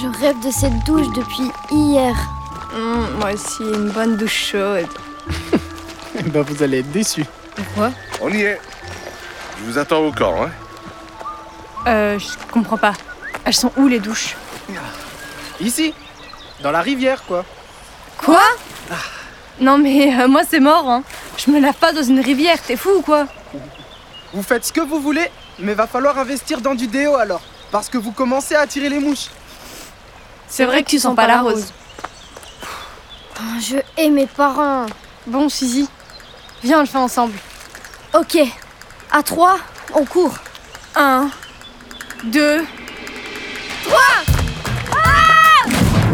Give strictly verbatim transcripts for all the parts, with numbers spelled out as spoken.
Je rêve de cette douche depuis hier. Mmh, moi aussi, une bonne douche chaude. Bah vous allez être déçus. Pourquoi? On y est. Je vous attends au camp, hein. Euh, je comprends pas. Elles sont où les douches? Ici, dans la rivière, quoi. Quoi? ah. Non mais euh, moi c'est mort, hein. Je me lave pas dans une rivière, t'es fou ou quoi? Vous faites ce que vous voulez, mais va falloir investir dans du déo alors. Parce que vous commencez à attirer les mouches. C'est vrai que tu sens pas la rose. Oh, je hais mes parents. Bon, Suzy, viens, on le fait ensemble. Ok, à trois, on court. Un, deux, trois. Ah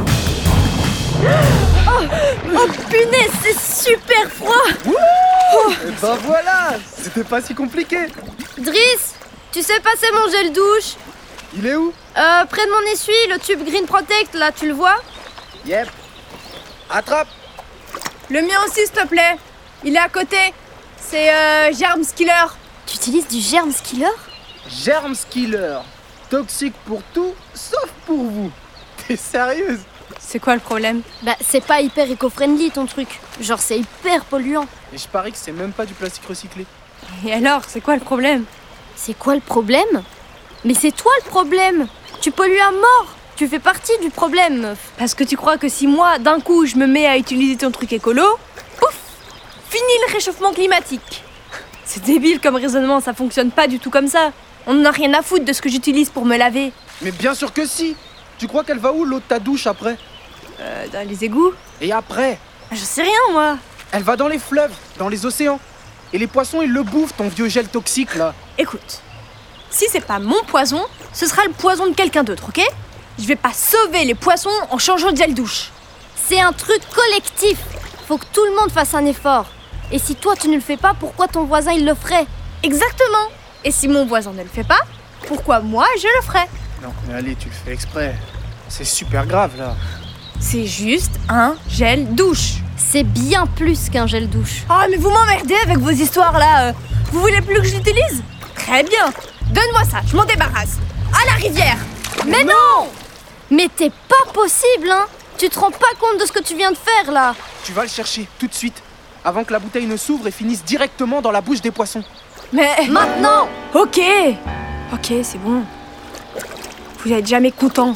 oh, oh punaise, c'est super froid. Oh. Et ben voilà, c'était pas si compliqué. Driss, tu sais passer mon gel douche? Il est où? Euh, près de mon essuie, le tube Green Protect, là, tu le vois? Yep. Attrape. Le mien aussi, s'il te plaît. Il est à côté. C'est euh, Germs Killer. Tu utilises du Germs Killer? Germs Killer. Toxique pour tout, sauf pour vous. T'es sérieuse? C'est quoi le problème? Bah, c'est pas hyper éco-friendly ton truc. Genre, c'est hyper polluant. Et je parie que c'est même pas du plastique recyclé. Et alors, c'est quoi le problème? C'est quoi le problème? Mais c'est toi le problème. Tu pollues à mort. Tu fais partie du problème, meuf. Parce que tu crois que si moi, d'un coup, je me mets à utiliser ton truc écolo, pouf, fini le réchauffement climatique. C'est débile comme raisonnement, ça fonctionne pas du tout comme ça. On n'en a rien à foutre de ce que j'utilise pour me laver. Mais bien sûr que si. Tu crois qu'elle va où l'eau de ta douche après? Euh, dans les égouts? Et après? Je sais rien, moi. Elle va dans les fleuves, dans les océans. Et les poissons, ils le bouffent, ton vieux gel toxique, là. Écoute, si c'est pas mon poison, ce sera le poison de quelqu'un d'autre, ok? Je vais pas sauver les poissons en changeant de gel douche. C'est un truc collectif. Faut que tout le monde fasse un effort. Et si toi tu ne le fais pas, pourquoi ton voisin il le ferait? Exactement. Et si mon voisin ne le fait pas, pourquoi moi je le ferais? Non, mais allez, tu le fais exprès. C'est super grave, là. C'est juste un gel douche. C'est bien plus qu'un gel douche. Oh, mais vous m'emmerdez avec vos histoires, là. Vous voulez plus que je l'utilise? Très bien. Donne-moi ça, je m'en débarrasse. À la rivière. Mais non! Mais t'es pas possible, hein! Tu te rends pas compte de ce que tu viens de faire, là! Tu vas le chercher, tout de suite, avant que la bouteille ne s'ouvre et finisse directement dans la bouche des poissons. Mais... Maintenant! Ok! Ok, c'est bon. Vous êtes jamais content.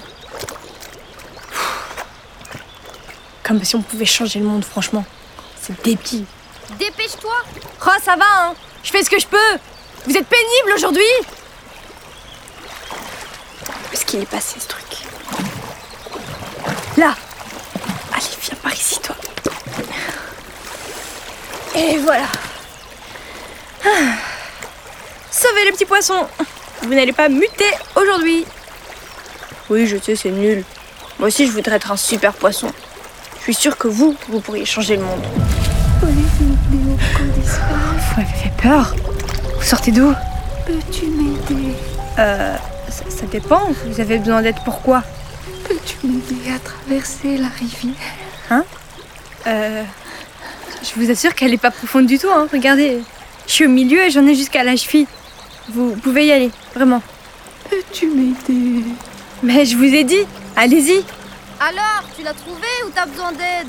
Comme si on pouvait changer le monde, franchement. C'est débile. Dépêche-toi! Oh, ça va, hein! Je fais ce que je peux! Vous êtes pénible aujourd'hui! Où est-ce qu'il est passé, ce truc? Là! Allez, viens par ici, toi. Et voilà. Ah. Sauvez les petits poissons! Vous n'allez pas muter aujourd'hui. Oui, je sais, c'est nul. Moi aussi, je voudrais être un super poisson. Je suis sûre que vous, vous pourriez changer le monde. Vous m'avez fait peur. Vous sortez d'où? Peux-tu m'aider? Euh... Ça, ça dépend. Vous avez besoin d'aide pourquoi? Peux-tu m'aider à traverser la rivière? Hein? Euh... Je vous assure qu'elle est pas profonde du tout, hein. Regardez. Je suis au milieu et j'en ai jusqu'à la cheville. Vous pouvez y aller, vraiment. Peux-tu m'aider? Mais je vous ai dit, allez-y. Alors, tu l'as trouvé ou t'as besoin d'aide?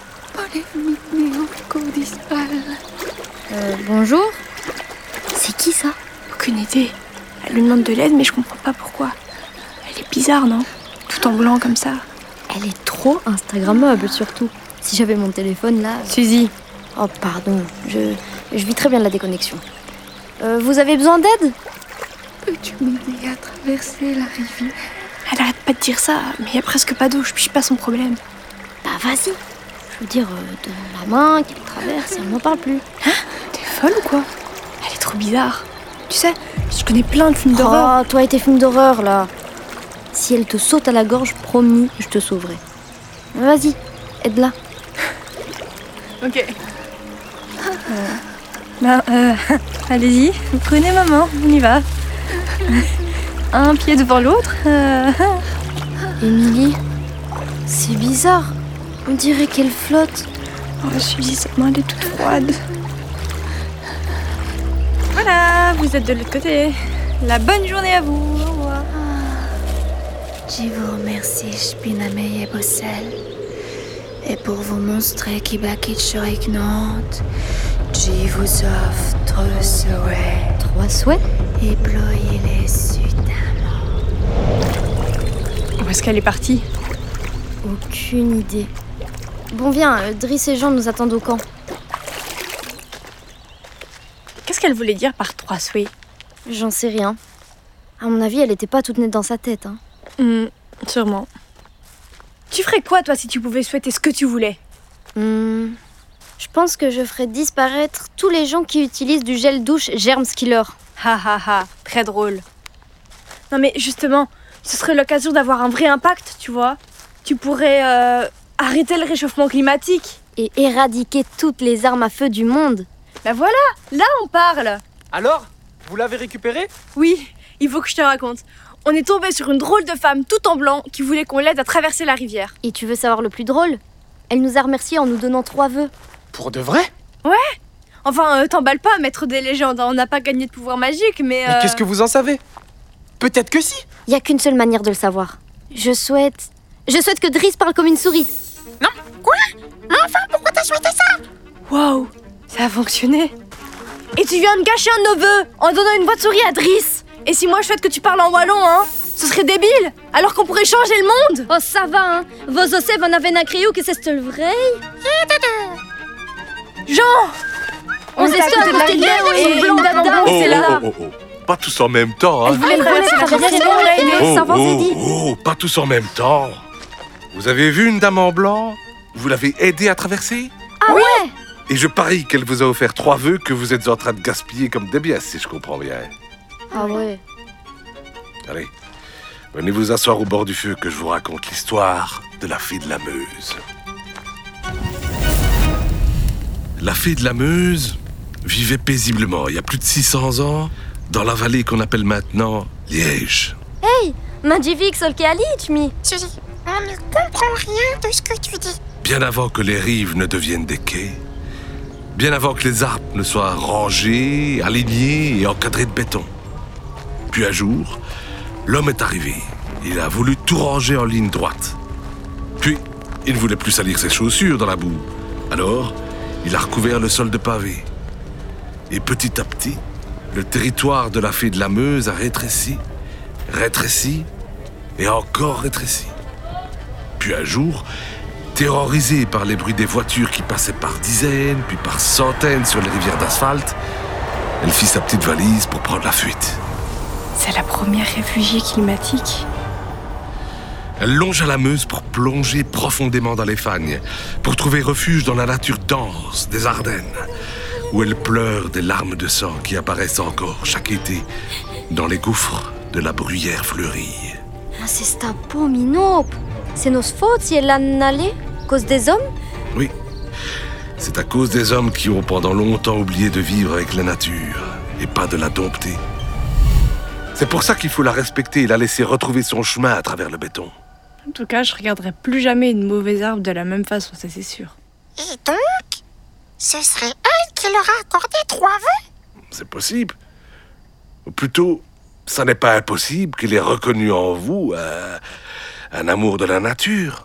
Euh, bonjour? C'est qui ça? Aucune idée. Elle lui demande de l'aide, mais je comprends pas pourquoi. Elle est bizarre, non? Tout en blanc comme ça. Elle est trop instagrammable, surtout. Si j'avais mon téléphone là... Suzy. Oh, pardon. Je, je vis très bien de la déconnexion. Euh, vous avez besoin d'aide? Peux-tu m'aider à traverser la rivière? Elle arrête pas de dire ça, mais il y a presque pas d'eau, je piche pas son problème. Bah vas-y. Je veux dire, euh, de la main, qu'elle traverse, elle m'en parle plus. Hein? T'es folle ou quoi? Elle est trop bizarre. Tu sais, je connais plein de films d'horreur. Oh, toi et tes films d'horreur, là. Si elle te saute à la gorge, promis, je te sauverai. Vas-y, aide-la. Ok. Euh, ben, euh, allez-y, prenez maman, on y va. Un pied devant l'autre. Euh... Émilie, c'est bizarre. On dirait qu'elle flotte. Oh, Suzy, cette main, elle est toute froide. Voilà, vous êtes de l'autre côté. La bonne journée à vous. Au revoir. Je vous remercie, Spinamei et Bruxelles. Et pour vous montrer qui bakit Nantes, je vous offre trois souhaits. Trois souhaits? Et ployez-les sudamment. Où est-ce qu'elle est partie? Aucune idée. Bon, viens, euh, Driss et Jean nous attendent au camp. Qu'est-ce qu'elle voulait dire par trois souhaits? J'en sais rien. À mon avis, elle était pas toute nette dans sa tête, hein. Hmm, sûrement. Tu ferais quoi, toi, si tu pouvais souhaiter ce que tu voulais? Hmm, je pense que je ferais disparaître tous les gens qui utilisent du gel douche Germs Killer. Ha ha ha, très drôle. Non mais justement, ce serait l'occasion d'avoir un vrai impact, tu vois. Tu pourrais euh, arrêter le réchauffement climatique. Et éradiquer toutes les armes à feu du monde. Ben voilà, là on parle. Alors, vous l'avez récupéré? Oui, il faut que je te raconte. On est tombé sur une drôle de femme tout en blanc qui voulait qu'on l'aide à traverser la rivière. Et tu veux savoir le plus drôle? Elle nous a remerciés en nous donnant trois vœux. Pour de vrai? Enfin, euh, t'emballes pas, maître des légendes, on n'a pas gagné de pouvoir magique, mais... Mais euh, qu'est-ce que vous en savez? Peut-être que si. Il y a qu'une seule manière de le savoir. Je souhaite... Je souhaite que Driss parle comme une souris. Waouh, ça a fonctionné. Et tu viens de gâcher un de nos vœux en donnant une voix de souris à Driss. Et si moi je souhaite que tu parles en wallon, hein? Ce serait débile, alors qu'on pourrait changer le monde. Oh, ça va, hein. Vos ossets van avez na créou que c'est le vrai. Jean, On s'est à côté de la rivière et et une dame en blanc, Oh, c'est là. oh, oh, oh. Pas tous en même temps, hein. Elle voulait traverser la rivière, c'est bon, on l'a aidée. Oh, ça va, c'est oh, dit. oh, pas tous en même temps. Vous avez vu une dame en blanc? Vous l'avez aidée à traverser? Ah ouais? Et je parie qu'elle vous a offert trois vœux que vous êtes en train de gaspiller comme des bières, si je comprends bien. Ah ouais. Allez, venez vous asseoir au bord du feu que je vous raconte l'histoire de la fée de la Meuse. La fée de la Meuse vivait paisiblement, il y a plus de six cents ans, dans la vallée qu'on appelle maintenant Liège. Magivik solke alichmi. On ne comprend rien de ce que tu dis. Bien avant que les rives ne deviennent des quais, bien avant que les arbres ne soient rangés, alignés et encadrés de béton. Puis un jour, l'homme est arrivé. Il a voulu tout ranger en ligne droite. Puis, il ne voulait plus salir ses chaussures dans la boue. Alors, il a recouvert le sol de pavés. Et petit à petit, le territoire de la fée de la Meuse a rétréci, rétréci et encore rétréci. Puis un jour, terrorisée par les bruits des voitures qui passaient par dizaines, puis par centaines sur les rivières d'asphalte, elle fit sa petite valise pour prendre la fuite. C'est la première réfugiée climatique. Elle longea la Meuse pour plonger profondément dans les fagnes, pour trouver refuge dans la nature dense des Ardennes, où elle pleure des larmes de sang qui apparaissent encore chaque été dans les gouffres de la bruyère fleurie. Ah, c'est sta pomino. C'est nos fautes si elle l'a n'allé cause des hommes. Oui, c'est à cause des hommes qui ont pendant longtemps oublié de vivre avec la nature et pas de la dompter. C'est pour ça qu'il faut la respecter et la laisser retrouver son chemin à travers le béton. En tout cas, je regarderai plus jamais une mauvaise arbre de la même façon, ça c'est sûr. Et donc, ce serait elle qui leur a accordé trois vœux? C'est possible. Ou plutôt, ça n'est pas impossible qu'il ait reconnu en vous euh, un amour de la nature.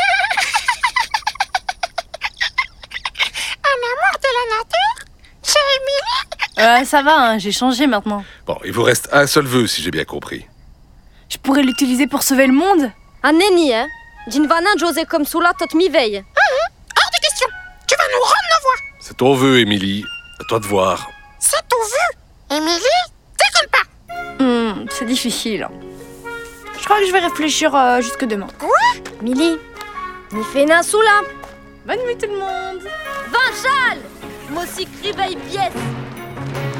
Un amour de la nature? Chez Émilie? Euh, ça va, hein, j'ai changé maintenant. Bon, il vous reste un seul vœu, si j'ai bien compris. Je pourrais l'utiliser pour sauver le monde? Ah neni, hein. Jinvana José comme soula tot mi veille. Hors de question. Tu vas nous rendre nos voix. C'est ton vœu, Émilie. À toi de voir. C'est ton vœu. Émilie, décolle pas. Hmm, c'est difficile. Je crois que je vais réfléchir euh, jusque demain. Mili, mi fait na soula. Bonne nuit tout le monde. Vinchal, moi aussi réveille pièce.